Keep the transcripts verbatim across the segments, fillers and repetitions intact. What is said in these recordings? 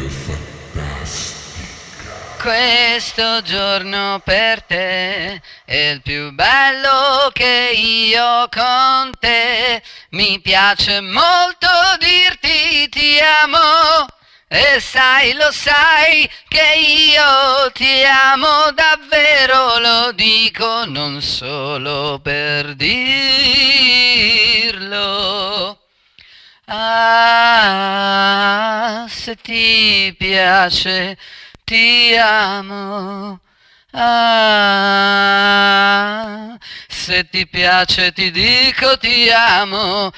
Questo giorno per te è il più bello che io con te. Mi piace molto dirti ti amo e sai, lo sai che io ti amo davvero, lo dico non solo per dirlo. Ah, se ti piace ti amo, ah, se ti piace ti dico ti amo,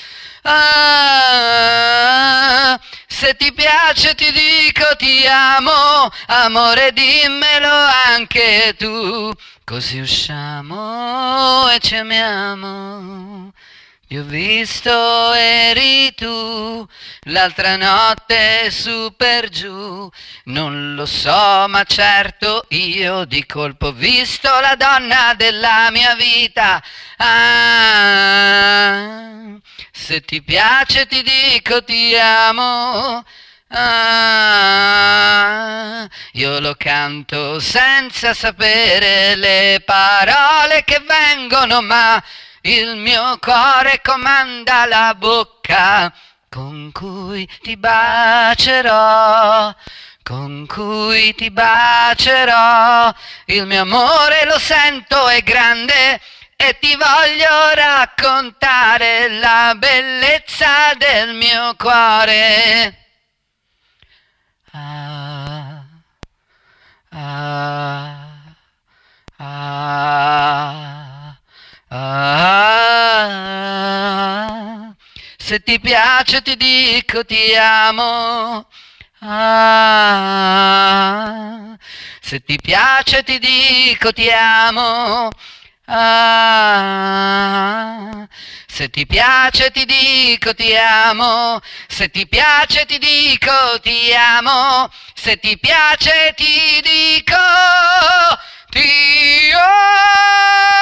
ah, se ti piace ti dico ti amo, amore dimmelo anche tu, così usciamo e ci amiamo. Ti ho visto, eri tu, l'altra notte su per giù, non lo so ma certo io di colpo ho visto la donna della mia vita. Ah, se ti piace ti dico ti amo, ah, io lo canto senza sapere le parole che vengono, ma il mio cuore comanda la bocca con cui ti bacerò, con cui ti bacerò. Il mio amore lo sento è grande e ti voglio raccontare la bellezza del mio cuore. Ah, ah, ah. Ah, se ti piace ti dico ti amo, ah, se ti piace ti dico ti amo, ah, se ti piace ti dico ti amo, se ti piace ti dico ti amo, se ti piace ti dico ti amo.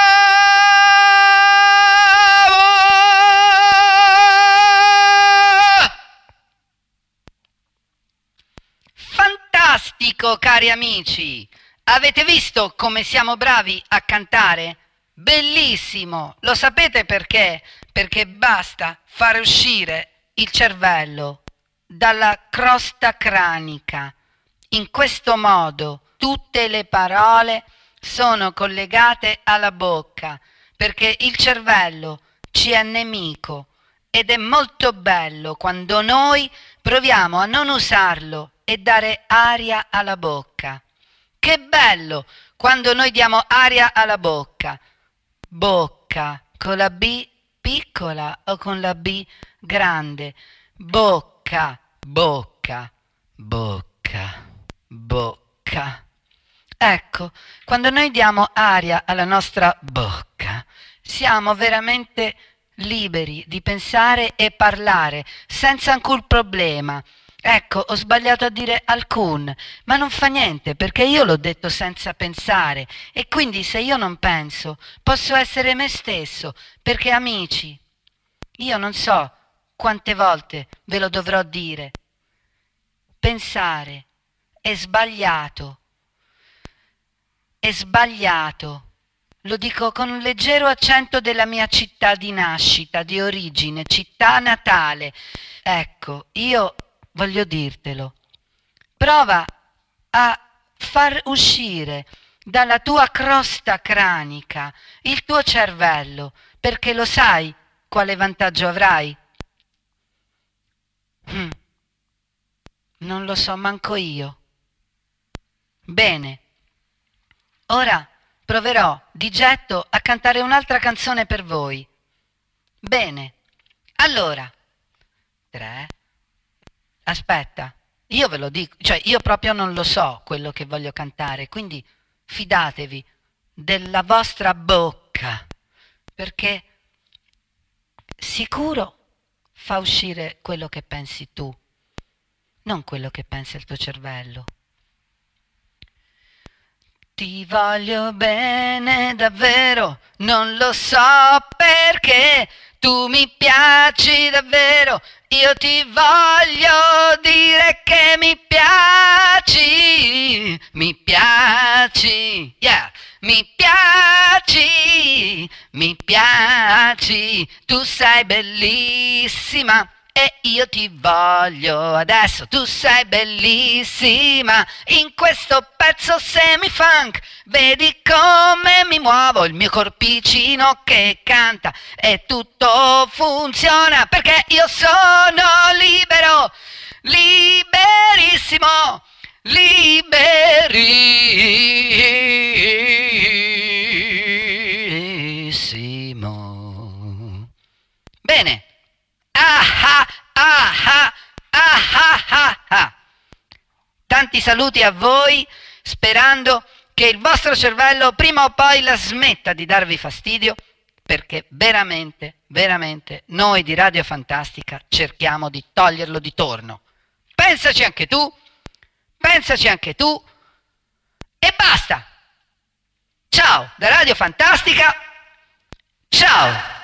Fantastico, cari amici! Avete visto come siamo bravi a cantare? Bellissimo! Lo sapete perché? Perché basta fare uscire il cervello dalla crosta cranica. In questo modo tutte le parole sono collegate alla bocca, perché il cervello ci è nemico ed è molto bello quando noi proviamo a non usarlo e dare aria alla bocca. Che bello quando noi diamo aria alla bocca. Bocca con la B piccola o con la B grande. Bocca, bocca, bocca, bocca. Ecco, quando noi diamo aria alla nostra bocca, siamo veramente liberi di pensare e parlare senza alcun problema. Ecco, ho sbagliato a dire alcun, ma non fa niente perché io l'ho detto senza pensare e quindi se io non penso posso essere me stesso, perché amici, io non so quante volte ve lo dovrò dire, pensare è sbagliato, è sbagliato. Lo dico con un leggero accento della mia città di nascita, di origine, città natale. Ecco, io voglio dirtelo. Prova a far uscire dalla tua crosta cranica il tuo cervello, perché lo sai quale vantaggio avrai? Hm. Non lo so manco io. Bene, ora proverò di getto a cantare un'altra canzone per voi. Bene, allora, tre, aspetta, io ve lo dico, cioè io proprio non lo so quello che voglio cantare, quindi fidatevi della vostra bocca, perché sicuro fa uscire quello che pensi tu, non quello che pensa il tuo cervello. ti voglio bene davvero, non lo so perché, tu mi piaci davvero, io ti voglio dire che mi piaci, mi piaci, yeah, mi piaci, mi piaci, tu sei bellissima. E io ti voglio adesso, tu sei bellissima, in questo pezzo semi-funk, vedi come mi muovo, il mio corpicino che canta e tutto funziona perché io sono libero, liberissimo, liberissimo. Bene. Ah ah ah ah ah ah ah ah. Tanti saluti a voi, sperando che il vostro cervello prima o poi la smetta di darvi fastidio, perché veramente, veramente noi di Radio Fantastica cerchiamo di toglierlo di torno. Pensaci anche tu, pensaci anche tu e basta. Ciao da Radio Fantastica, ciao.